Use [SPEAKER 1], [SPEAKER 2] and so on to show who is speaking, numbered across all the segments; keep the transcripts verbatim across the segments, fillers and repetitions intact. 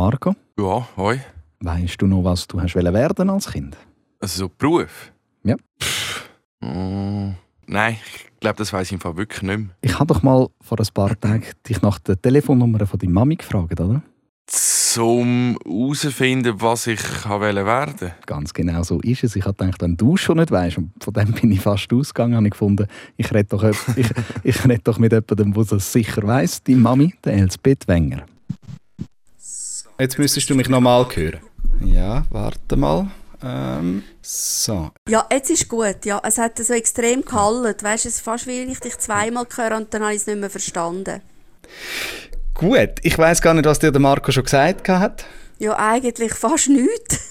[SPEAKER 1] Marco.
[SPEAKER 2] Ja, hoi.
[SPEAKER 1] Weißt du noch, was du hast werden als Kind?
[SPEAKER 2] Also so Beruf?
[SPEAKER 1] Ja.
[SPEAKER 2] Pff, mm, nein, ich glaube, das weiss ich im Fall wirklich nicht mehr.
[SPEAKER 1] Ich habe doch mal vor ein paar Tagen dich nach der Telefonnummer von deiner Mami gefragt, oder?
[SPEAKER 2] Zum herauszufinden, was ich werden wollte.
[SPEAKER 1] Ganz genau so ist es. Ich habe gedacht, wenn du es schon nicht weißt, und von dem bin ich fast ausgegangen, habe ich gefunden, ich rede doch, ich, ich rede doch mit jemandem, der es sicher weiss, die Mami, der Elsbeth Wenger. Jetzt müsstest du mich nochmal hören. Ja, warte mal. Ähm, so.
[SPEAKER 3] Ja, jetzt ist gut. Ja, es hat so extrem gehalten. Weißt, es ist fast wie ich dich zweimal gehört und dann habe ich es nicht mehr verstanden.
[SPEAKER 1] Gut, ich weiss gar nicht, was dir der Marco schon gesagt hat.
[SPEAKER 3] Ja, eigentlich fast nichts.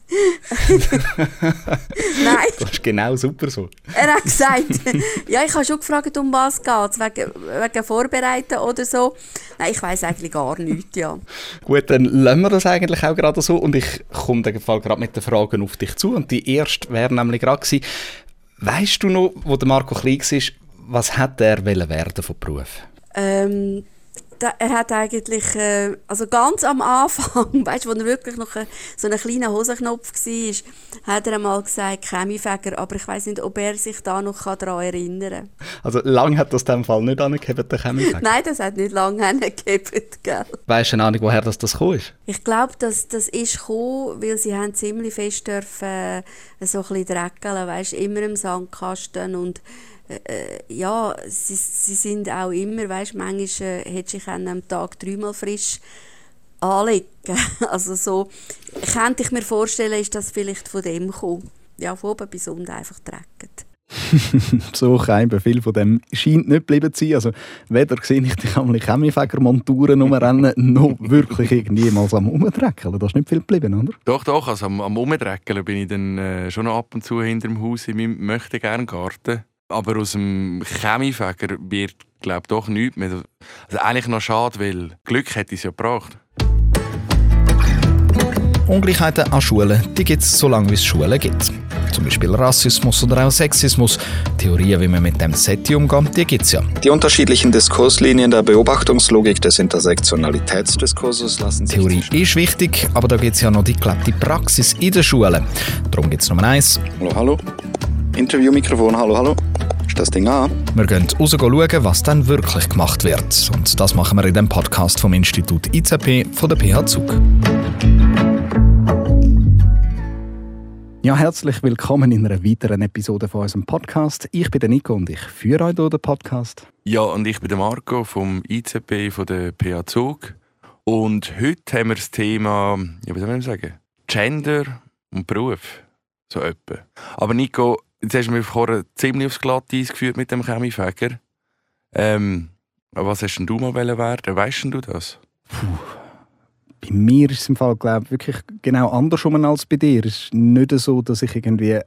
[SPEAKER 3] Nein.
[SPEAKER 1] Das ist genau super so.
[SPEAKER 3] Er hat gesagt, ja, ich habe schon gefragt, um was es geht, wegen, wegen Vorbereiten oder so. Nein, ich weiss eigentlich gar nichts, ja.
[SPEAKER 1] Gut, dann lassen wir das eigentlich auch gerade so und ich komme in dem Fall gerade mit den Fragen auf dich zu. Und die erste wäre nämlich gerade gewesen, weisst du noch, wo der Marco klein war, was hat er werden vom Beruf?
[SPEAKER 3] Ähm... Da, er hat eigentlich, äh, also ganz am Anfang, weißt du, wo er wirklich noch ein, so ein kleiner Hosenknopf war, hat er einmal gesagt, Chemiefäger, aber ich weiss nicht, ob er sich da noch daran erinnern kann.
[SPEAKER 1] Also lange hat das in diesem Fall nicht angegeben, der Chemiefäger?
[SPEAKER 3] Nein, das hat nicht lange angegeben, gell?
[SPEAKER 1] Weisst du eine Ahnung, woher das, das gekommen ist?
[SPEAKER 3] Ich glaube, das, das ist gekommen, weil sie haben ziemlich fest dürfen, äh, so ein bisschen dreckeln, weißt du, immer im Sandkasten und Äh, ja, sie, sie sind auch immer, weißt, manchmal äh, hätte ich am Tag dreimal frisch anlegen. Also so, könnte ich mir vorstellen, ist das vielleicht von dem gekommen. Ja, von oben bis unten einfach dreckig.
[SPEAKER 1] So kein viel von dem scheint nicht geblieben zu sein. Also weder sehe ich dich am Chemiefägermonturen rumrennen, noch wirklich irgendjemals am Umdreckeln. Da ist nicht viel geblieben, oder?
[SPEAKER 2] Doch, doch. Also am, am Umdreckeln bin ich dann äh, schon noch ab und zu hinter dem Haus in meinem Möchtegern-Garten. Aber aus dem Chemiefäger wird, glaube ich, doch nichts mehr. Also eigentlich noch schade, weil Glück hätte es ja gebracht.
[SPEAKER 1] Ungleichheiten an Schulen, die gibt es so lange, wie es Schulen gibt. Zum Beispiel Rassismus oder auch Sexismus. Theorien, wie man mit dem Setti umgeht, die gibt es ja.
[SPEAKER 4] Die unterschiedlichen Diskurslinien der Beobachtungslogik des Intersektionalitätsdiskurses lassen sich...
[SPEAKER 1] Theorie ist wichtig, aber da gibt es ja noch die gelebte Praxis in den Schulen. Darum gibt es Nummer eins.
[SPEAKER 4] Hallo, hallo. Interviewmikrofon, hallo, hallo. Ist das Ding an?
[SPEAKER 1] Wir gehen raus schauen, was dann wirklich gemacht wird. Und das machen wir in dem Podcast vom Institut I Z P von der P H Zug. Ja, herzlich willkommen in einer weiteren Episode von unserem Podcast. Ich bin der Nico und ich führe euch durch den Podcast.
[SPEAKER 2] Ja, und ich bin der Marco vom I Z P von der P H Zug. Und heute haben wir das Thema, ja, wie soll man sagen, Gender und Beruf. So etwa. Aber Nico, jetzt hast du mich vorher ziemlich aufs Glatteis geführt mit dem Chemiefäger. Ähm, was hast denn du mal werden? Weißt du das?
[SPEAKER 1] Puh. Bei mir ist es im Fall, glaube ich, wirklich genau andersrum als bei dir. Es ist nicht so, dass ich irgendwie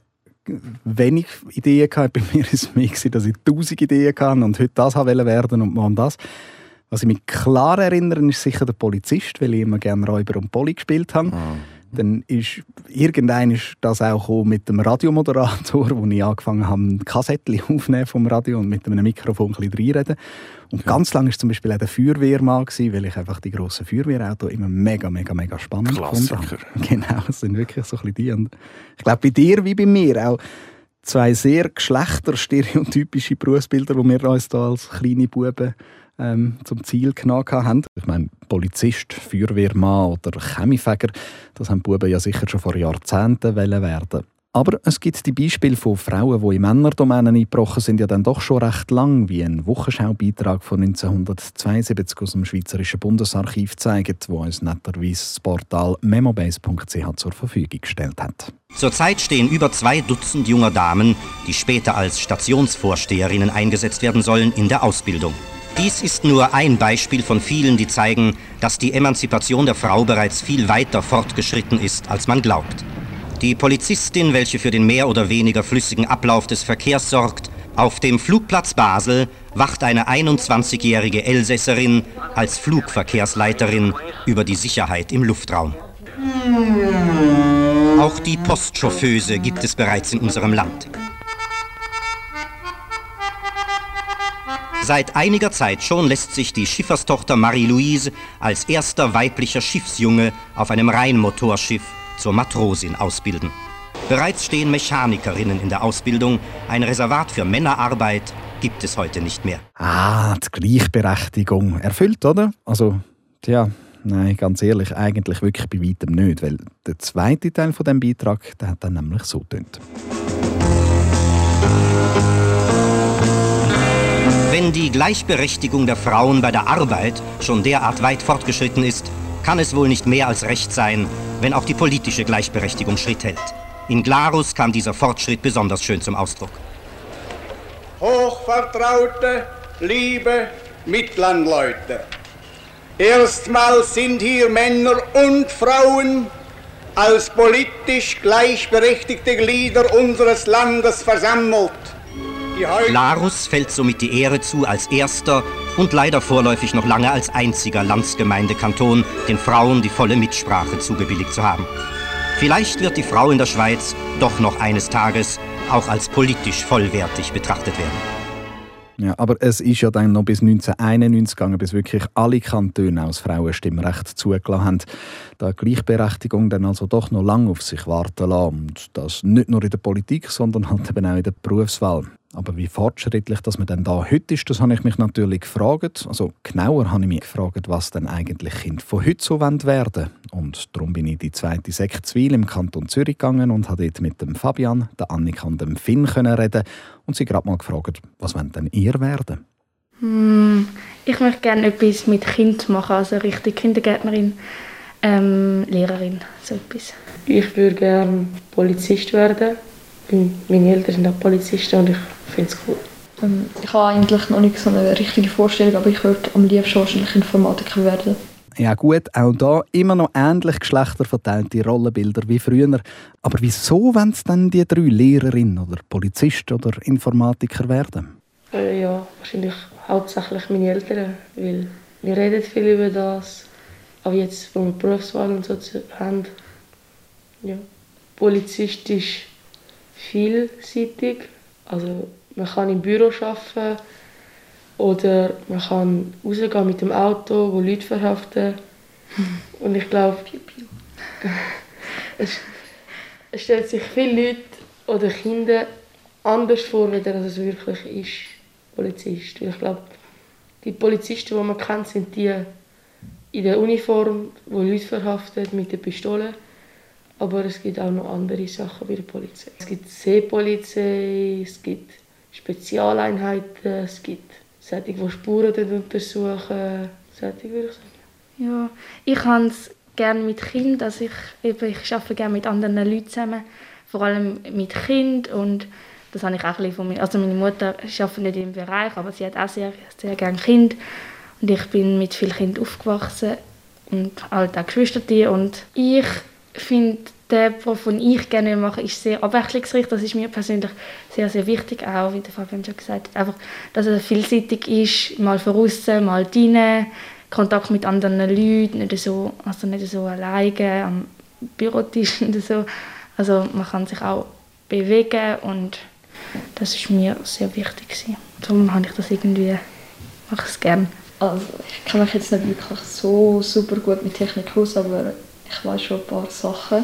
[SPEAKER 1] wenig Ideen hatte. Bei mir war es mehr, dass ich tausend Ideen hatte und heute das werden wollte und morgen das. Was ich mich klar erinnere, ist sicher der Polizist, weil ich immer gerne Räuber und Poli gespielt habe. Ah. Dann ist irgendwann ist das auch mit dem Radiomoderator, wo ich angefangen habe, ein Kassettchen aufzunehmen vom Radio und mit einem Mikrofon ein bisschen reinreden. Und ja. Ganz lange war zum Beispiel auch der Feuerwehrmann, weil ich einfach die grossen Feuerwehrautos immer mega, mega, mega spannend
[SPEAKER 2] Klassiker.
[SPEAKER 1] Fand. Genau, das sind wirklich so ein bisschen die. Und ich glaube, bei dir wie bei mir auch zwei sehr geschlechterstereotypische Berufsbilder, die wir uns da als kleine Buben Ähm, zum Ziel genommen haben. Ich meine, Polizist, Feuerwehrmann oder Chemiefäger, das haben die Buben ja sicher schon vor Jahrzehnten werden. Aber es gibt die Beispiele von Frauen, die in Männerdomänen eingebrochen sind, ja dann doch schon recht lang, wie ein Wochenschau-Beitrag von neunzehnhundertzweiundsiebzig aus dem Schweizerischen Bundesarchiv zeigt, wo uns netterweise das Portal memobase punkt c h zur Verfügung gestellt hat.
[SPEAKER 5] Zurzeit stehen über zwei Dutzend junger Damen, die später als Stationsvorsteherinnen eingesetzt werden sollen, in der Ausbildung. Dies ist nur ein Beispiel von vielen, die zeigen, dass die Emanzipation der Frau bereits viel weiter fortgeschritten ist, als man glaubt. Die Polizistin, welche für den mehr oder weniger flüssigen Ablauf des Verkehrs sorgt, auf dem Flugplatz Basel wacht eine einundzwanzigjährige Elsässerin als Flugverkehrsleiterin über die Sicherheit im Luftraum. Auch die Postchauffeuse gibt es bereits in unserem Land. Seit einiger Zeit schon lässt sich die Schifferstochter Marie-Louise als erster weiblicher Schiffsjunge auf einem Rheinmotorschiff zur Matrosin ausbilden. Bereits stehen Mechanikerinnen in der Ausbildung. Ein Reservat für Männerarbeit gibt es heute nicht mehr.
[SPEAKER 1] Ah, die Gleichberechtigung. Erfüllt, oder? Also, tja, nein, ganz ehrlich, eigentlich wirklich bei weitem nicht. Weil der zweite Teil von diesem Beitrag, der hat dann nämlich so getönt.
[SPEAKER 5] Wenn die Gleichberechtigung der Frauen bei der Arbeit schon derart weit fortgeschritten ist, kann es wohl nicht mehr als recht sein, wenn auch die politische Gleichberechtigung Schritt hält. In Glarus kam dieser Fortschritt besonders schön zum Ausdruck.
[SPEAKER 6] Hochvertraute, liebe Mitlandleute, erstmals sind hier Männer und Frauen als politisch gleichberechtigte Glieder unseres Landes versammelt.
[SPEAKER 5] Glarus fällt somit die Ehre zu, als erster und leider vorläufig noch lange als einziger Landsgemeindekanton den Frauen die volle Mitsprache zugebilligt zu haben. Vielleicht wird die Frau in der Schweiz doch noch eines Tages auch als politisch vollwertig betrachtet werden.
[SPEAKER 1] Ja, aber es ist ja dann noch bis neunzehnhunderteinundneunzig gegangen, bis wirklich alle Kantone aus Frauenstimmrecht zugelassen haben. Da Gleichberechtigung dann also doch noch lange auf sich warten lassen. Und das nicht nur in der Politik, sondern halt eben auch in der Berufswahl. Aber wie fortschrittlich dass man denn da heute ist, das habe ich mich natürlich gefragt. Also genauer habe ich mich gefragt, was denn eigentlich Kinder von heute so werden wollen. Und darum bin ich in die zweite Sektion im Kanton Zürich gegangen und habe dort mit dem Fabian, der Annika und dem Finn können reden und sie gerade mal gefragt, was wollt denn ihr werden?
[SPEAKER 7] Hm, ich möchte gerne etwas mit Kind machen, also richtig Kindergärtnerin, ähm, Lehrerin, so etwas.
[SPEAKER 8] Ich würde gerne Polizist werden. Meine Eltern sind auch Polizisten und ich finde es cool.
[SPEAKER 9] Ähm, ich habe eigentlich noch nicht so eine richtige Vorstellung, aber ich würde am liebsten wahrscheinlich Informatiker werden.
[SPEAKER 1] Ja gut, auch da immer noch ähnlich geschlechterverteilte Rollenbilder wie früher. Aber wieso wollen es denn die drei Lehrerin oder Polizist oder Informatiker werden?
[SPEAKER 8] Äh, ja, wahrscheinlich hauptsächlich meine Eltern, weil wir reden viel über das. Aber jetzt, wo wir Berufswahl und so haben, ja, Polizist ist vielseitig. Also man kann im Büro arbeiten oder man kann rausgehen mit dem Auto, wo Leute verhaften. Und ich glaube, es, es stellt sich viele Leute oder Kinder anders vor, als es wirklich ist, Polizist. Ich glaube, die Polizisten, die man kennt, sind die in der Uniform, die Leute verhaften mit der Pistole. Aber es gibt auch noch andere Sachen bei der Polizei. Es gibt Seepolizei, es gibt Spezialeinheiten, es gibt solche, die Spuren untersuchen. Solche, würde ich sagen.
[SPEAKER 7] Ja, ich habe es gerne mit Kindern. Also ich, eben, ich arbeite gerne mit anderen Leuten zusammen, vor allem mit Kindern. Und das habe ich auch ein bisschen von mir. Also meine Mutter arbeitet nicht im Bereich, aber sie hat auch sehr, sehr gerne Kinder. Und ich bin mit vielen Kindern aufgewachsen und halt auch Geschwister. Und ich finde, der Beruf, den ich gerne mache, ist sehr abwechslungsreich. Das ist mir persönlich sehr, sehr wichtig, auch wie der Fabian schon gesagt hat. Einfach, dass er vielseitig ist, mal von außen, mal drinnen, Kontakt mit anderen Leuten, nicht so, also nicht so alleine am Bürotisch oder so. Also man kann sich auch bewegen und das ist mir sehr wichtig. Darum habe ich das irgendwie, mache ich es gerne.
[SPEAKER 9] Also ich kenne mich jetzt nicht wirklich so super gut mit Technik aus, aber ich weiß schon ein paar Sachen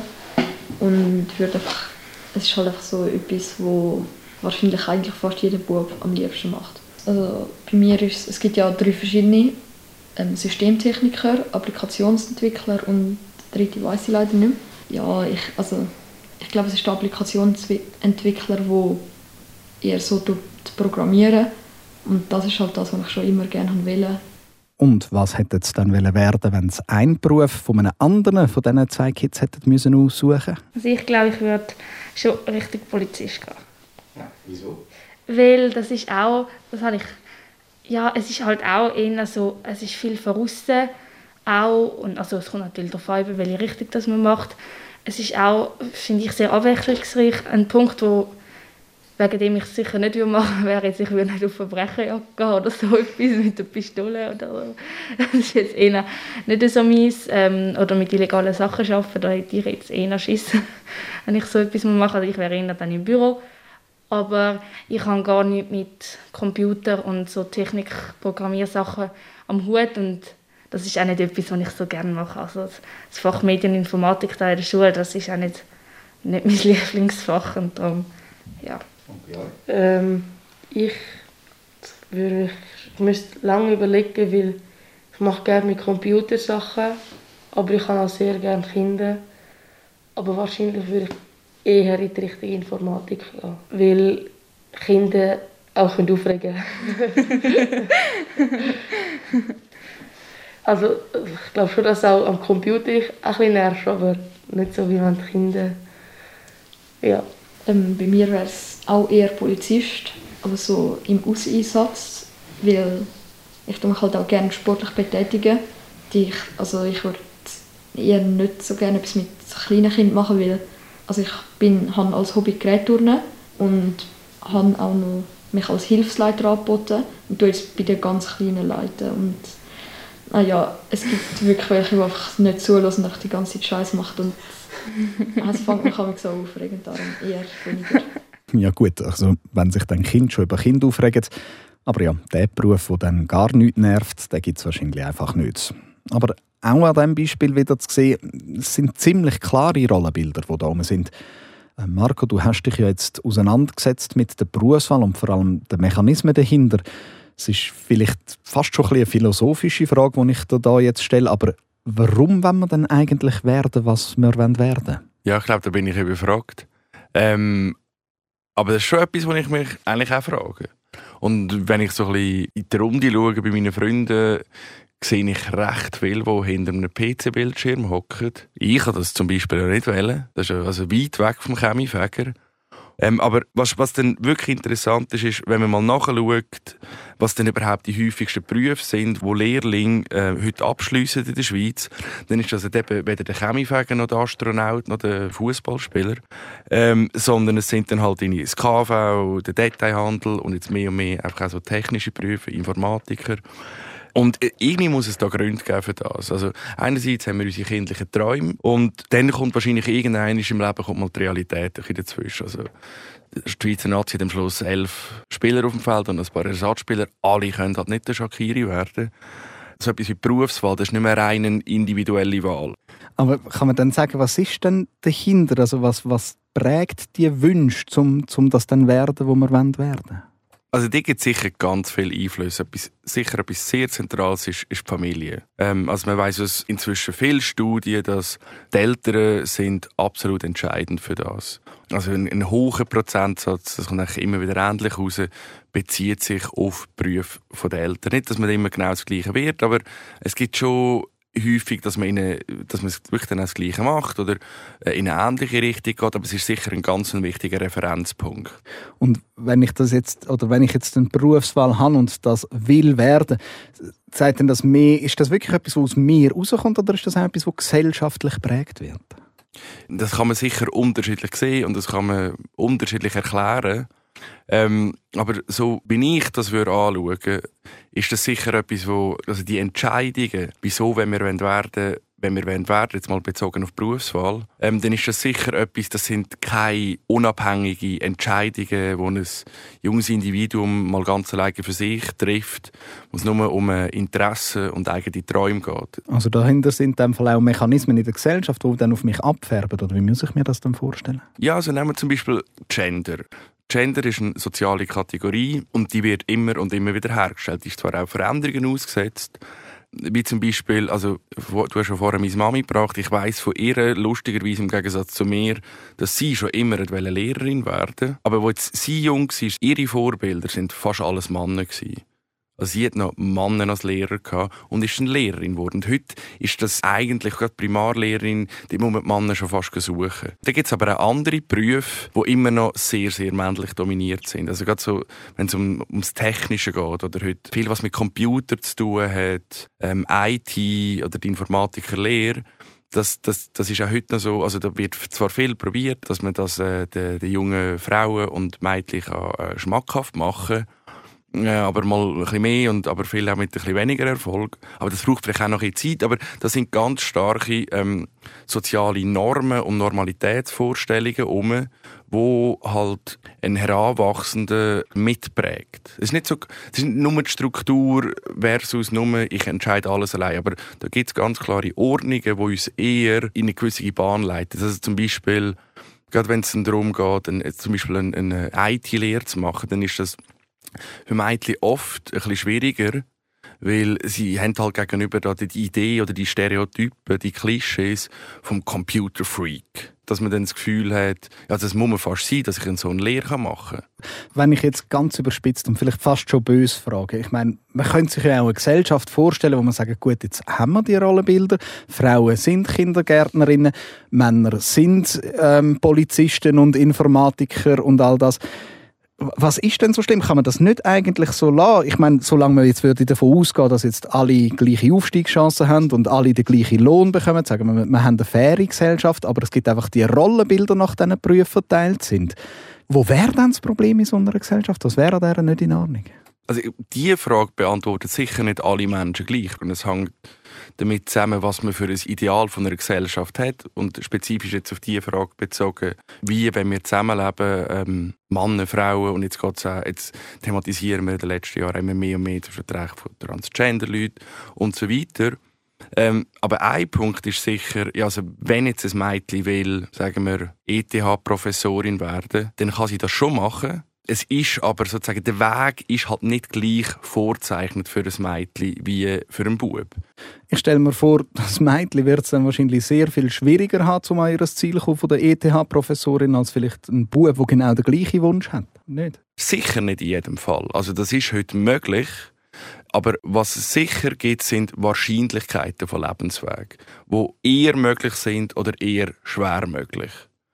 [SPEAKER 9] und würde einfach, es ist halt einfach so etwas, wo wahrscheinlich eigentlich fast jeder Bub am liebsten macht. Also bei mir ist es, es gibt ja drei verschiedene ähm, Systemtechniker, Applikationsentwickler und der dritte weiss ich leider nicht mehr. Ja, ich, also, ich glaube, es ist der Applikationsentwickler, der eher so programmieren und das ist halt das, was ich schon immer gerne wollte.
[SPEAKER 1] Und was hätte es dann werden, wenn es einen Beruf von einem anderen von diesen zwei Kids hätten müssen aussuchen?
[SPEAKER 7] Also ich glaube, ich würde schon Richtung Polizist gehen.
[SPEAKER 2] Ja, wieso?
[SPEAKER 7] Weil das ist auch, das habe ich, ja, es ist halt auch eher so, es ist viel von aussen auch, und also es kommt natürlich darauf an, welche Richtung das man macht. Es ist auch, finde ich, sehr abwechslungsreich. Ein Punkt, wo wegen dem ich es sicher nicht machen würde, wäre jetzt, ich würde nicht auf Verbrecherjagd gehen oder so etwas mit der Pistole oder so. Das ist jetzt eher nicht so meins. Ähm, oder mit illegalen Sachen arbeiten, da hätte ich jetzt eher Schiss, wenn ich so etwas mache. Also ich wäre eher dann im Büro. Aber ich habe gar nichts mit Computer und so Technik-Programmiersachen am Hut und das ist auch nicht etwas, was ich so gerne mache. Also das Fach Medieninformatik da in der Schule, das ist auch nicht, nicht mein Lieblingsfach und darum, ja.
[SPEAKER 8] Ähm, ich, würde, ich müsste lange überlegen, weil ich mache gerne mit Computersachen, aber ich habe auch sehr gerne Kinder. Aber wahrscheinlich würde ich eher in die Richtung Informatik gehen, weil Kinder auch aufregen können. Also ich glaube schon, dass auch am Computer ich ein bisschen nervt, aber nicht so wie man die Kinder. Ja.
[SPEAKER 9] Ähm, bei mir wäre es auch eher Polizist, aber so im Auseinsatz, weil ich mich halt auch gerne sportlich betätigen. Die ich, also ich würde eher nicht so gerne etwas mit kleinen Kindern machen, weil also ich bin, habe als Hobby Gerätturnen und habe auch noch mich als Hilfsleiter angeboten und tue jetzt bei den ganz kleinen Leuten. Und ah ja, es gibt wirklich welche, die einfach nicht zulassen und die ganze Zeit Scheiß machen. Und es fängt mich so aufregend an, eher weniger.
[SPEAKER 1] Ja gut, also wenn sich dann Kind schon über Kind aufregen, aber ja, der Beruf, der dann gar nichts nervt, den gibt es wahrscheinlich einfach nicht. Aber auch an diesem Beispiel wieder zu sehen, es sind ziemlich klare Rollenbilder, die da oben sind. Marco, du hast dich ja jetzt auseinandergesetzt mit der Berufswahl und vor allem den Mechanismen dahinter. Es ist vielleicht fast schon eine philosophische Frage, die ich da jetzt stelle, aber warum wollen wir denn eigentlich werden, was wir werden wollen?
[SPEAKER 2] Ja, ich glaube, da bin ich überfragt. Ähm, aber das ist schon etwas, was ich mich eigentlich auch frage. Und wenn ich so ein bisschen in die Runde schaue bei meinen Freunden, sehe ich recht viel, die hinter einem P C-Bildschirm hocken. Ich kann das zum Beispiel nicht wählen. Das ist also weit weg vom Chemiefäger. Ähm, aber was, was dann wirklich interessant ist, ist, wenn man mal nachschaut, was denn überhaupt die häufigsten Berufe sind, wo Lehrlinge äh, heute abschliessen in der Schweiz, dann ist das eben weder der Chemiefäger noch der Astronaut noch der Fußballspieler, ähm, sondern es sind dann halt das K V, der Detailhandel und jetzt mehr und mehr einfach auch so technische Berufe, Informatiker. Und irgendwie muss es da Gründe geben für das. Also einerseits haben wir unsere kindlichen Träume und dann kommt wahrscheinlich irgendwann im Leben kommt mal die Realität dazwischen. Also die Schweizer Nazi hat am Schluss elf Spieler auf dem Feld und ein paar Ersatzspieler. Alle können halt nicht der Shaqiri werden. So etwas wie Berufswahl, das ist nicht mehr rein eine individuelle Wahl.
[SPEAKER 1] Aber kann man dann sagen, was ist denn dahinter? Also was, was prägt die Wünsche, um, um das dann werden, wo wir werden wollen?
[SPEAKER 2] Also die gibt sicher ganz viel Einfluss. Etwas, sicher etwas sehr Zentrales ist, ist die Familie. Ähm, also man weiss aus inzwischen viele Studien, dass die Eltern sind absolut entscheidend für das. Also ein, ein hoher Prozentsatz, das kommt eigentlich immer wieder ähnlich raus, bezieht sich auf die Berufe der Eltern. Nicht, dass man immer genau das Gleiche wird, aber es gibt schon häufig, dass man, ihnen, dass man wirklich dann das Gleiche macht oder in eine ähnliche Richtung geht, aber es ist sicher ein ganz wichtiger Referenzpunkt.
[SPEAKER 1] Und wenn ich das jetzt, oder wenn ich jetzt eine Berufswahl habe und das will werden, sagt denn das mehr, ist das wirklich etwas, was aus mir rauskommt oder ist das auch etwas, was gesellschaftlich geprägt wird?
[SPEAKER 2] Das kann man sicher unterschiedlich sehen und das kann man unterschiedlich erklären. Ähm, aber so wie ich das anschauen würde, ist das sicher etwas, wo also die Entscheidungen, wieso wenn wir werden wollen, wenn wir werden, jetzt mal bezogen auf die Berufswahl, ähm, dann ist das sicher etwas, das sind keine unabhängigen Entscheidungen, wo ein junges Individuum mal ganz alleine für sich trifft, wo es nur um Interessen und eigene Träume geht.
[SPEAKER 1] Also dahinter sind in dem Fall auch Mechanismen in der Gesellschaft, die dann auf mich abfärben, oder wie muss ich mir das dann vorstellen?
[SPEAKER 2] Ja, also nehmen wir zum Beispiel Gender. Gender ist eine soziale Kategorie und die wird immer und immer wieder hergestellt. Die ist zwar auch Veränderungen ausgesetzt, wie zum Beispiel, also du hast schon vorher meine Mami gebracht, ich weiss von ihr, lustigerweise im Gegensatz zu mir, dass sie schon immer eine Lehrerin werden. Aber als sie jung war, ihre Vorbilder sind fast alles Männer gewesen. Also sie hat noch Männer als Lehrer gehabt und ist eine Lehrerin geworden. Und heute ist das eigentlich gerade Primarlehrerin, die muss man die Männer schon fast suchen. Da gibt es aber auch andere Berufe, die immer noch sehr, sehr männlich dominiert sind. Also gerade so, wenn es um, ums Technische geht oder heute viel, was mit Computer zu tun hat, ähm, I T oder die Informatikerlehre, Das, das, das ist auch heute noch so, also da wird zwar viel probiert, dass man das äh, den, den jungen Frauen und Mädchen kann, äh, schmackhaft machen kann. Ja, aber mal ein bisschen mehr, und, aber viel auch mit ein bisschen weniger Erfolg. Aber das braucht vielleicht auch noch ein bisschen Zeit. Aber das sind ganz starke ähm, soziale Normen und Normalitätsvorstellungen um, wo halt ein Heranwachsender mitprägt. Es ist nicht so, es ist nicht nur die Struktur versus nur ich entscheide alles allein, aber da gibt es ganz klare Ordnungen, die uns eher in eine gewisse Bahn leiten. Also zum Beispiel, gerade wenn es darum geht, ein, zum Beispiel eine, eine I T-Lehre zu machen, dann ist das für Mädchen oft ein bisschen schwieriger, weil sie haben halt gegenüber da die Idee oder die Stereotypen, die Klischees vom Computerfreak. Dass man dann das Gefühl hat, ja, das muss man fast sein, dass ich so eine Lehre machen kann.
[SPEAKER 1] Wenn ich jetzt ganz überspitzt und vielleicht fast schon böse frage, ich meine, man könnte sich ja auch eine Gesellschaft vorstellen, wo man sagt, gut, jetzt haben wir die Rollenbilder, Frauen sind Kindergärtnerinnen, Männer sind ähm, Polizisten und Informatiker und all das. Was ist denn so schlimm? Kann man das nicht eigentlich so lassen? Ich meine, solange man jetzt würde davon ausgehen, dass jetzt alle gleiche Aufstiegschancen haben und alle den gleichen Lohn bekommen, sagen wir, wir haben eine faire Gesellschaft, aber es gibt einfach die Rollenbilder, nach diesen Berufen verteilt sind. Wo wäre denn das Problem in so einer Gesellschaft? Was wäre an dieser nicht in Ordnung?
[SPEAKER 2] Also diese Frage beantwortet sicher nicht alle Menschen gleich. Und es hängt damit zusammen, was man für ein Ideal von einer Gesellschaft hat. Und spezifisch jetzt auf diese Frage bezogen, wie, wenn wir zusammenleben, ähm, Männer, Frauen, und jetzt, geht's auch, jetzt thematisieren wir in den letzten Jahren immer mehr und mehr das Recht von Transgender-Leuten und so weiter. Ähm, aber ein Punkt ist sicher, ja, also wenn jetzt ein Mädchen will, sagen wir, E T H-Professorin werden, dann kann sie das schon machen. Es ist aber sozusagen, der Weg ist halt nicht gleich vorzeichnet für ein Mädchen wie für einen Bub.
[SPEAKER 1] Ich stelle mir vor, das Mädchen wird es dann wahrscheinlich sehr viel schwieriger haben, um an ihr Ziel zu kommen von der E T H-Professorin, als vielleicht ein Bub, der genau den gleichen Wunsch hat. Nicht?
[SPEAKER 2] Sicher nicht in jedem Fall. Also das ist heute möglich. Aber was es sicher gibt, sind Wahrscheinlichkeiten von Lebenswegen, die eher möglich sind oder eher schwer möglich.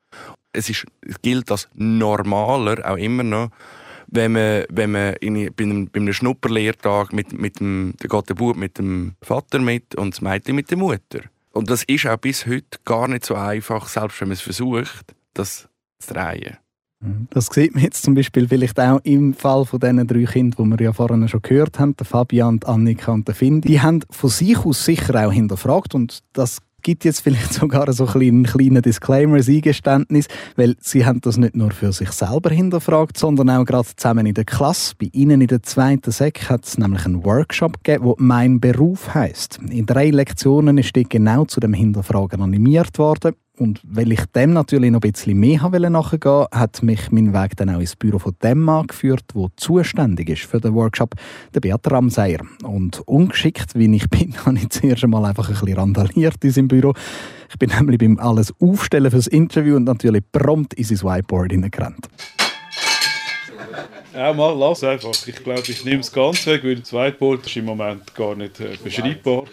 [SPEAKER 2] Es, ist, es gilt als normaler auch immer noch, wenn man, wenn man in, bei, einem, bei einem Schnupperlehrtag mit, mit dem, da geht der Bub mit dem Vater mit und das Mädchen mit der Mutter. Und das ist auch bis heute gar nicht so einfach, selbst wenn man es versucht, das zu drehen.
[SPEAKER 1] Das sieht man jetzt zum Beispiel vielleicht auch im Fall von diesen drei Kindern, die wir ja vorhin schon gehört haben, der Fabian, die Annika und der Finn. Die haben von sich aus sicher auch hinterfragt, und das gibt jetzt vielleicht sogar so einen kleinen Disclaimer, ein Eingeständnis, weil sie haben das nicht nur für sich selber hinterfragt, sondern auch gerade zusammen in der Klasse. Bei ihnen in der zweiten Sek hat es nämlich einen Workshop gegeben, der «Mein Beruf» heisst. In drei Lektionen ist die genau zu dem Hinterfragen animiert worden. Und weil ich dem natürlich noch ein bisschen mehr nachgehen wollte, hat mich mein Weg dann auch ins Büro von dem Mann geführt, der zuständig ist für den Workshop, der Beat Ramseyer. Und ungeschickt, wie ich bin, habe ich zuerst einmal einfach ein bisschen randaliert in seinem Büro. Ich bin nämlich beim alles Aufstellen fürs Interview und natürlich prompt in sein Whiteboard hineingerannt.
[SPEAKER 10] Ja, mal, lass einfach. Ich glaube, ich nehme es ganz weg, weil das Whiteboard ist im Moment gar nicht äh, beschreibbar.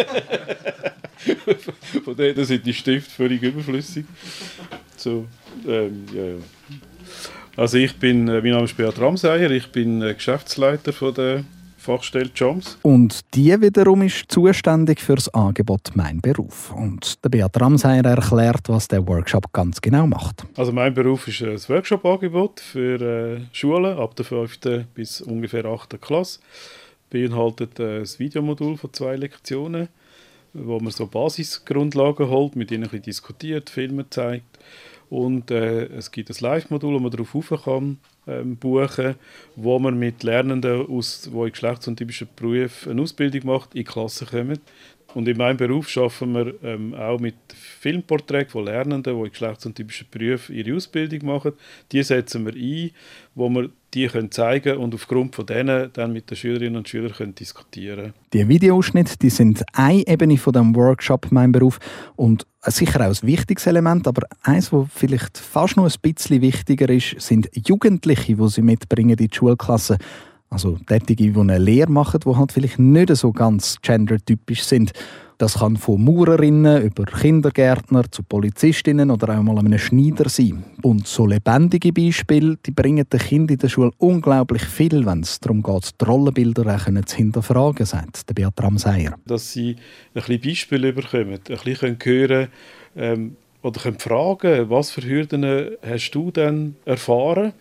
[SPEAKER 10] Von daher sind die Stifte völlig überflüssig. So, ähm, ja, ja. Also ich bin, äh, mein Name ist Beat Ramseyer, ich bin äh, Geschäftsleiter von der Fachstelle Jobs.
[SPEAKER 1] Und die wiederum ist zuständig für das Angebot «Mein Beruf». Und der Beat Ramseyer erklärt, was der Workshop ganz genau macht.
[SPEAKER 10] Also «Mein Beruf» ist ein Workshop-Angebot für äh, Schulen ab der fünften bis ungefähr achten Klasse. Beinhaltet äh, ein Videomodul von zwei Lektionen, wo man so Basisgrundlagen holt, mit ihnen ein bisschen diskutiert, Filme zeigt. Und äh, es gibt ein Live-Modul, wo man darauf rauf kann, ähm, buchen, wo man mit Lernenden, aus, die in geschlechtsuntypischen Berufen eine Ausbildung macht, in Klassen kommen. Und in meinem Beruf arbeiten wir ähm, auch mit Filmporträts von Lernenden, die in geschlechtsuntypischen Berufen ihre Ausbildung machen. Die setzen wir ein, wo wir die können zeigen und aufgrund von denen dann mit den Schülerinnen und Schülern können diskutieren.
[SPEAKER 1] Die Videoausschnitte, die sind eine Ebene von dem Workshop «Mein Beruf» und sicher auch ein wichtiges Element, aber eines, das vielleicht fast noch ein bisschen wichtiger ist, sind Jugendliche, die sie mitbringen in die Schulklasse. Also Tätige, die eine Lehre machen, die halt vielleicht nicht so ganz gendertypisch sind. Das kann von Maurerinnen über Kindergärtner zu Polizistinnen oder auch mal einem Schneider sein. Und so lebendige Beispiele, die bringen den Kindern in der Schule unglaublich viel, wenn es darum geht, die Rollenbilder auch zu hinterfragen, sagt der Beat Ramseyer.
[SPEAKER 10] Dass sie ein bisschen Beispiele bekommen, ein bisschen hören ähm, oder können fragen, was für Hürden hast du denn erfahren?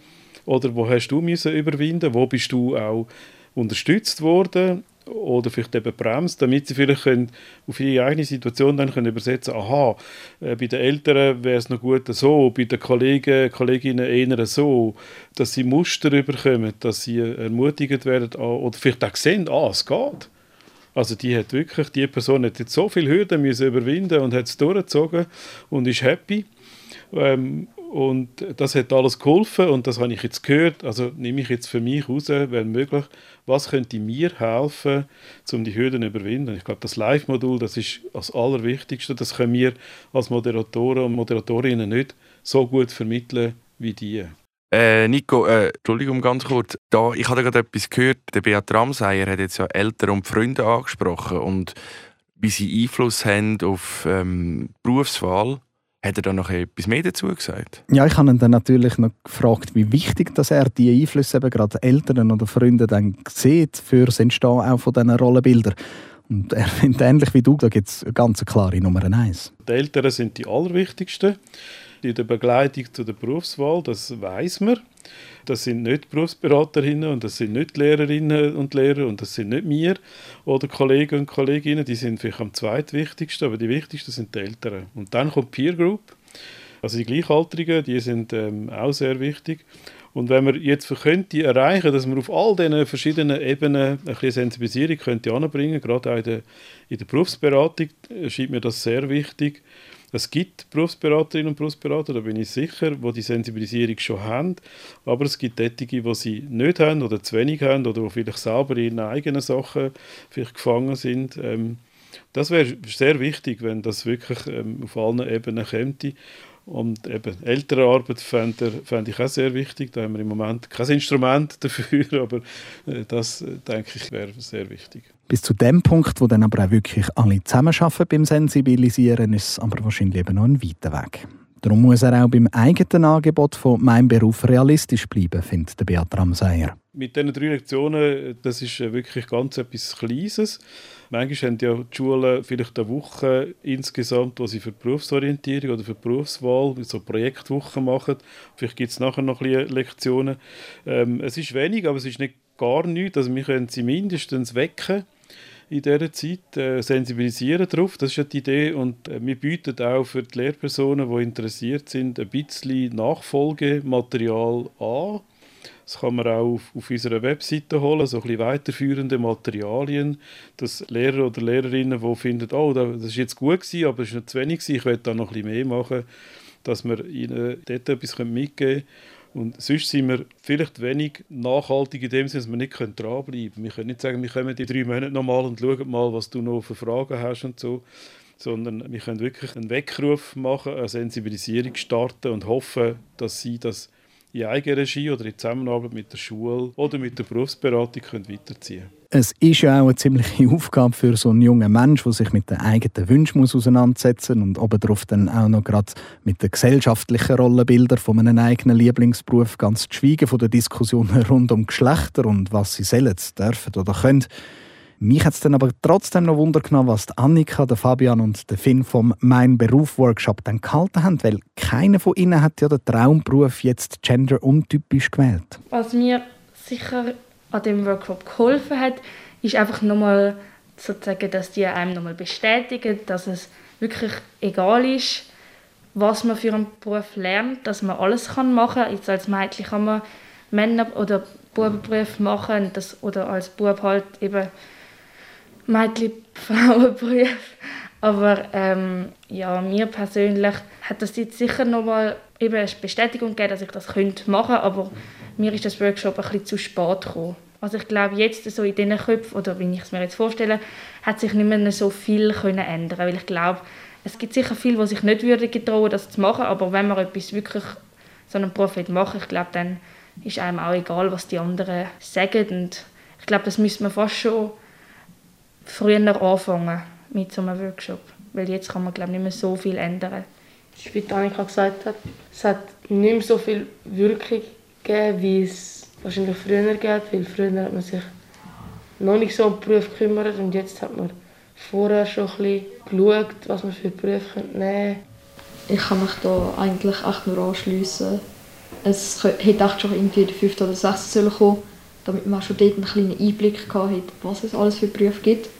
[SPEAKER 10] Oder wo hast du müssen überwinden? Wo bist du auch unterstützt worden? Oder vielleicht eben bremst, damit sie vielleicht können auf ihre eigene Situation dann können übersetzen können, aha, äh, bei den Eltern wäre es noch gut so, bei den Kollegen, Kolleginnen eher so, dass sie Muster bekommen, dass sie ermutigt werden oder vielleicht auch sehen, ah, es geht. Also die hat wirklich, die Person hat jetzt so viele Hürden müssen überwinden und hat es durchgezogen und ist happy. Ähm, und das hat alles geholfen und das habe ich jetzt gehört, also nehme ich jetzt für mich raus, wenn möglich, was könnte mir helfen, um die Hürden zu überwinden. Ich glaube, das Live-Modul, das ist das Allerwichtigste, das können wir als Moderatoren und Moderatorinnen nicht so gut vermitteln wie die.
[SPEAKER 2] Äh, Nico, äh, Entschuldigung, ganz kurz. Da, ich habe gerade etwas gehört, der Beat Ramseyer hat jetzt ja Eltern und Freunde angesprochen und wie sie Einfluss haben auf ähm, Berufswahl. Hat er da noch etwas mehr dazu gesagt?
[SPEAKER 1] Ja, ich habe ihn dann natürlich noch gefragt, wie wichtig dass er die Einflüsse eben gerade Eltern oder Freunde dann sieht für das Entstehen auch von diesen Rollenbildern. Und er findet ähnlich wie du, da gibt es eine ganz klare Nummer eins.
[SPEAKER 10] Die Eltern sind die allerwichtigsten in der Begleitung zu der Berufswahl, das weiss man. Das sind nicht Berufsberaterinnen und das sind nicht Lehrerinnen und Lehrer und das sind nicht wir oder Kollegen und Kolleginnen, die sind vielleicht am zweitwichtigsten, aber die wichtigsten sind die Eltern. Und dann kommt die Peer Group, also die Gleichaltrigen, die sind ähm, auch sehr wichtig. Und wenn man jetzt könnte erreichen, dass man auf all diesen verschiedenen Ebenen ein bisschen Sensibilisierung könnte anbringen, gerade auch in der, in der Berufsberatung, scheint mir das sehr wichtig. Es gibt Berufsberaterinnen und Berufsberater, da bin ich sicher, die die Sensibilisierung schon haben, aber es gibt solche, die sie nicht haben oder zu wenig haben oder die vielleicht selber in ihren eigenen Sachen vielleicht gefangen sind. Ähm, das wäre sehr wichtig, wenn das wirklich ähm, auf allen Ebenen käme. Und eben Elternarbeit fände, fände ich auch sehr wichtig. Da haben wir im Moment kein Instrument dafür, aber äh, das, äh, denke ich, wäre sehr wichtig.
[SPEAKER 1] Bis zu dem Punkt, wo dann aber auch wirklich alle zusammenarbeiten beim Sensibilisieren, ist es aber wahrscheinlich eben noch ein weiter Weg. Darum muss er auch beim eigenen Angebot von «Mein Beruf» realistisch bleiben, findet der Beat Ramseyer.
[SPEAKER 10] Mit diesen drei Lektionen, das ist wirklich ganz etwas Kleines. Manchmal haben ja die Schulen vielleicht eine Woche insgesamt, wo sie für die Berufsorientierung oder für die Berufswahl so Projektwochen machen. Vielleicht gibt es nachher noch ein bisschen Lektionen. Ähm, es ist wenig, aber es ist nicht gar nichts. Also wir können sie mindestens wecken in dieser Zeit, äh, sensibilisieren darauf, das ist ja die Idee. Und äh, wir bieten auch für die Lehrpersonen, die interessiert sind, ein bisschen Nachfolgematerial an. Das kann man auch auf, auf unserer Webseite holen, so ein bisschen weiterführende Materialien, dass Lehrer oder Lehrerinnen, die finden, oh, das war jetzt gut gewesen, aber es war noch zu wenig gewesen, ich möchte da noch ein bisschen mehr machen, dass wir ihnen dort etwas mitgeben können. Und sonst sind wir vielleicht wenig nachhaltig in dem Sinne, dass wir nicht dranbleiben können. Wir können nicht sagen, wir kommen die drei Monate nochmal und schauen mal, was du noch für Fragen hast und so. Sondern wir können wirklich einen Weckruf machen, eine Sensibilisierung starten und hoffen, dass sie das in Eigenregie oder in Zusammenarbeit mit der Schule oder mit der Berufsberatung können weiterziehen können.
[SPEAKER 1] Es ist ja auch eine ziemliche Aufgabe für so einen jungen Mensch, der sich mit den eigenen Wünschen muss auseinandersetzen muss und obendarauf dann auch noch gerade mit den gesellschaftlichen Rollenbildern von einem eigenen Lieblingsberuf, ganz zu schweigen von den Diskussionen rund um Geschlechter und was sie sollen, dürfen oder können. Mich hat es dann aber trotzdem noch Wunder genommen, was Annika, der Fabian und der Finn vom «Mein Beruf» Workshop dann gehalten haben, weil keiner von ihnen hat ja den Traumberuf jetzt genderuntypisch gewählt.
[SPEAKER 7] Was mir sicher an dem Workshop geholfen hat, ist einfach nochmal sozusagen, dass die einem nochmal bestätigen, dass es wirklich egal ist, was man für einen Beruf lernt, dass man alles kann machen kann. Jetzt als Mädchen kann man Männer- oder Bubenberuf machen das, oder als Bub halt eben Mädchen-Frauenberuf. Aber ähm, ja, mir persönlich hat das jetzt sicher nochmal eben eine Bestätigung gegeben, dass ich das könnte machen könnte, aber mir ist das Workshop ein bisschen zu spät gekommen. Also ich glaube, jetzt so in diesen Köpfen, oder wie ich es mir jetzt vorstelle, hat sich nicht mehr so viel können ändern, weil ich glaube, es gibt sicher viele, die sich nicht würden getrauen, das zu machen, aber wenn man etwas wirklich so einen Beruf machen, ich glaube, dann ist einem auch egal, was die anderen sagen. Und ich glaube, das müsste man fast schon früher anfangen mit so einem Workshop, weil jetzt kann man, glaube ich, nicht mehr so viel ändern.
[SPEAKER 8] Wie Annika gesagt hat, es hat nicht mehr so viel Wirkung gegeben, wie es wahrscheinlich früher gab, weil früher hat man sich noch nicht so um den Beruf gekümmert und jetzt hat man vorher schon ein bisschen geschaut, was man für Berufe nehmen könnte.
[SPEAKER 9] Ich kann mich da eigentlich echt nur anschliessen. Es hätte auch schon irgendwie der fünfte oder sechste sollen kommen, damit man schon dort einen kleinen Einblick gehabt hat, was es alles für Berufe gibt.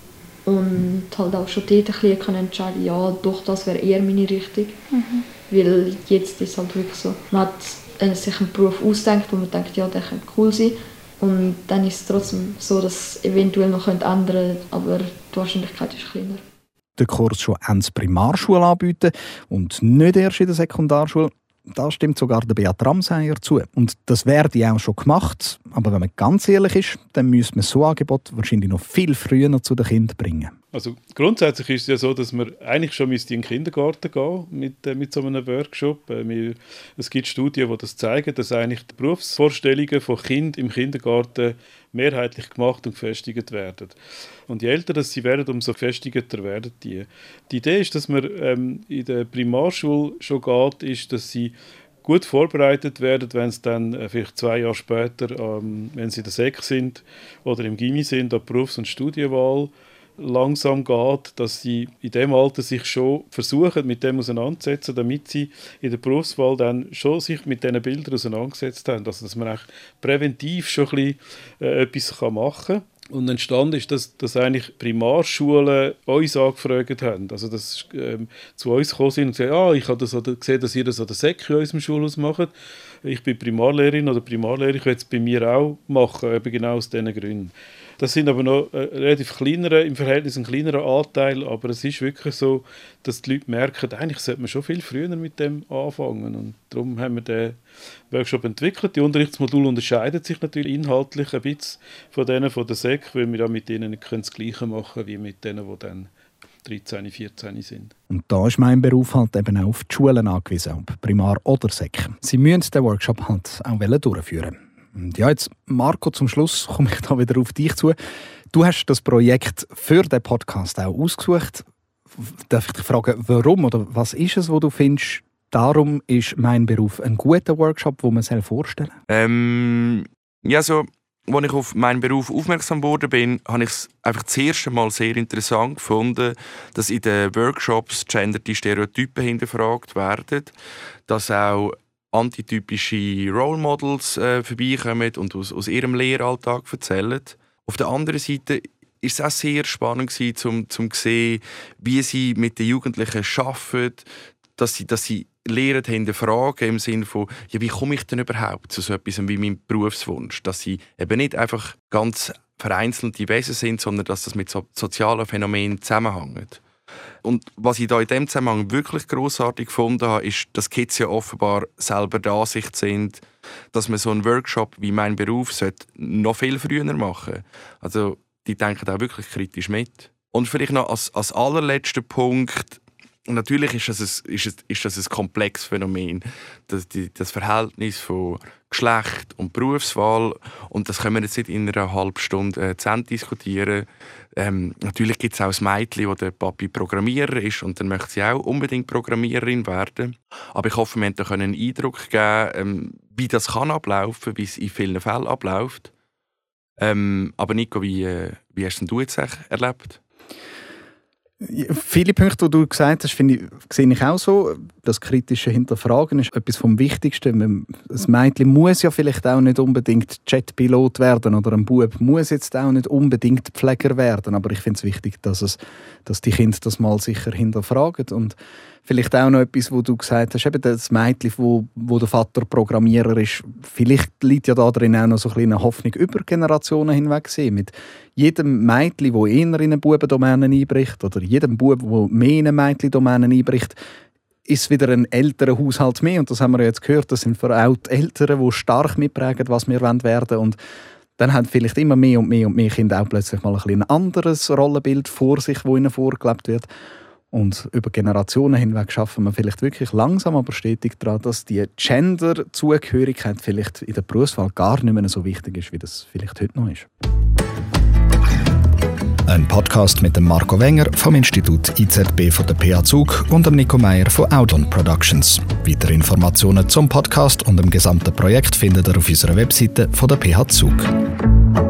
[SPEAKER 9] Und halt auch schon dort ein bisschen können entscheiden, ja, doch, das wäre eher meine Richtung. Mhm. Weil jetzt ist es halt wirklich so, man hat sich einen Beruf ausgedacht, wo man denkt, ja, der könnte cool sein. Und dann ist es trotzdem so, dass es eventuell noch ändern könnte, aber die Wahrscheinlichkeit ist kleiner.
[SPEAKER 1] Den Kurs schon an der Primarschule anbieten und nicht erst in der Sekundarschule, da stimmt sogar der Beat Ramseyer zu. Und das werde auch schon gemacht, aber wenn man ganz ehrlich ist, dann müsste man so ein Angebot wahrscheinlich noch viel früher zu den Kindern bringen.
[SPEAKER 10] Also grundsätzlich ist es ja so, dass man eigentlich schon in den Kindergarten gehen mit, äh, mit so einem Workshop. Äh, wir, es gibt Studien, die das zeigen, dass eigentlich die Berufsvorstellungen von Kindern im Kindergarten mehrheitlich gemacht und gefestigt werden. Und je älter sie werden, umso gefestigter werden die. Die Idee ist, dass man ähm, in der Primarschule schon geht, ist, dass sie gut vorbereitet werden, wenn es dann äh, vielleicht zwei Jahre später, ähm, wenn sie in der Sek sind oder im Gymi sind, an Berufs- und Studienwahl langsam geht, dass sie in dem Alter sich schon versuchen, mit dem auseinanderzusetzen, damit sie in der Berufswahl dann schon sich mit diesen Bildern auseinandergesetzt haben. Also dass man auch präventiv schon ein bisschen, äh, etwas machen kann. Und entstanden ist, dass, dass eigentlich Primarschulen uns angefragt haben. Also dass ähm, zu uns gekommen sind und gesagt, ah, ich habe das oder, gesehen, dass ihr das an der Sek in unserem Schulhaus macht. Ich bin Primarlehrerin oder Primarlehrer, ich will es bei mir auch machen, eben genau aus diesen Gründen. Das sind aber noch äh, relativ kleinere, im Verhältnis ein kleinerer Anteil, aber es ist wirklich so, dass die Leute merken, eigentlich sollte man schon viel früher mit dem anfangen. Und darum haben wir den Workshop entwickelt. Die Unterrichtsmodule unterscheiden sich natürlich inhaltlich ein bisschen von denen von der Sek, weil wir ja mit denen nicht das Gleiche machen können wie mit denen, die dann dreizehn, vierzehn sind.
[SPEAKER 1] Und da ist mein Beruf halt eben auch auf die Schulen angewiesen, ob Primar oder Sek. Sie müssen den Workshop halt auch durchführen. Und ja, jetzt, Marco, zum Schluss komme ich da wieder auf dich zu. Du hast das Projekt für den Podcast auch ausgesucht. Darf ich dich fragen, warum oder was ist es, wo du findest, darum ist mein Beruf ein guter Workshop, den man sich vorstellen soll?
[SPEAKER 2] Ähm, ja, so, als ich auf meinen Beruf aufmerksam geworden bin, habe ich es einfach das erste Mal sehr interessant gefunden, dass in den Workshops genderte Stereotypen hinterfragt werden, dass auch antitypische Role Models äh, vorbeikommen und aus, aus ihrem Lehralltag erzählen. Auf der anderen Seite war es auch sehr spannend gewesen, um zu sehen, wie sie mit den Jugendlichen arbeiten, dass sie, dass sie lernen hinterfragen im Sinne von, ja, wie komme ich denn überhaupt zu so etwas wie meinem Berufswunsch? Dass sie eben nicht einfach ganz vereinzelte Wesen sind, sondern dass das mit so sozialen Phänomenen zusammenhängt. Und was ich da in dem Zusammenhang wirklich grossartig gefunden habe, ist, dass Kids ja offenbar selber der Ansicht sind, dass man so einen Workshop wie «Mein Beruf» noch viel früher machen sollte. Also die denken auch wirklich kritisch mit. Und vielleicht noch als, als allerletzter Punkt, natürlich ist das ein, ist es, ist das ein komplexes Phänomen, das, die, das Verhältnis von Geschlecht und Berufswahl, und das können wir jetzt nicht in einer halben Stunde äh, zu Ende diskutieren. Ähm, natürlich gibt es auch ein Mädchen, wo der Papi Programmierer ist und dann möchte sie auch unbedingt Programmiererin werden. Aber ich hoffe, wir können einen Eindruck geben, ähm, wie das kann ablaufen, wie es in vielen Fällen abläuft. Ähm, aber Nico, wie, äh, wie hast du jetzt erlebt?
[SPEAKER 1] Viele Punkte, die du gesagt hast, finde ich, sehe ich auch so. Das kritische Hinterfragen ist etwas vom Wichtigsten. Ein Mädchen muss ja vielleicht auch nicht unbedingt Jetpilot werden oder ein Bub muss jetzt auch nicht unbedingt Pfleger werden. Aber ich finde es wichtig, dass, es, dass die Kinder das mal sicher hinterfragen. Und vielleicht auch noch etwas, wo du gesagt hast, eben das Mädchen, wo, wo der Vater Programmierer ist, vielleicht liegt ja da drin auch noch so ein eine Hoffnung über Generationen hinweg sehen. Mit jedem Mädchen, das eher in eine Bubendomäne einbricht oder jedem Bub, der mehr in eine Mädchendomäne einbricht, ist wieder ein älterer Haushalt mehr. Und das haben wir jetzt gehört, das sind vor allem die Eltern, die stark mitprägen, was wir werden wollen. Und dann haben vielleicht immer mehr und mehr und mehr Kinder auch plötzlich mal ein, ein anderes Rollenbild vor sich, das ihnen vorgelebt wird. Und über Generationen hinweg schaffen wir vielleicht wirklich langsam, aber stetig daran, dass die Gender-Zugehörigkeit vielleicht in der Berufswahl gar nicht mehr so wichtig ist, wie das vielleicht heute noch ist.
[SPEAKER 4] Ein Podcast mit dem Marco Wenger vom Institut I Z B von der P H Zug und dem Nico Meyer von Audon Productions. Weitere Informationen zum Podcast und dem gesamten Projekt findet ihr auf unserer Webseite von der P H Zug.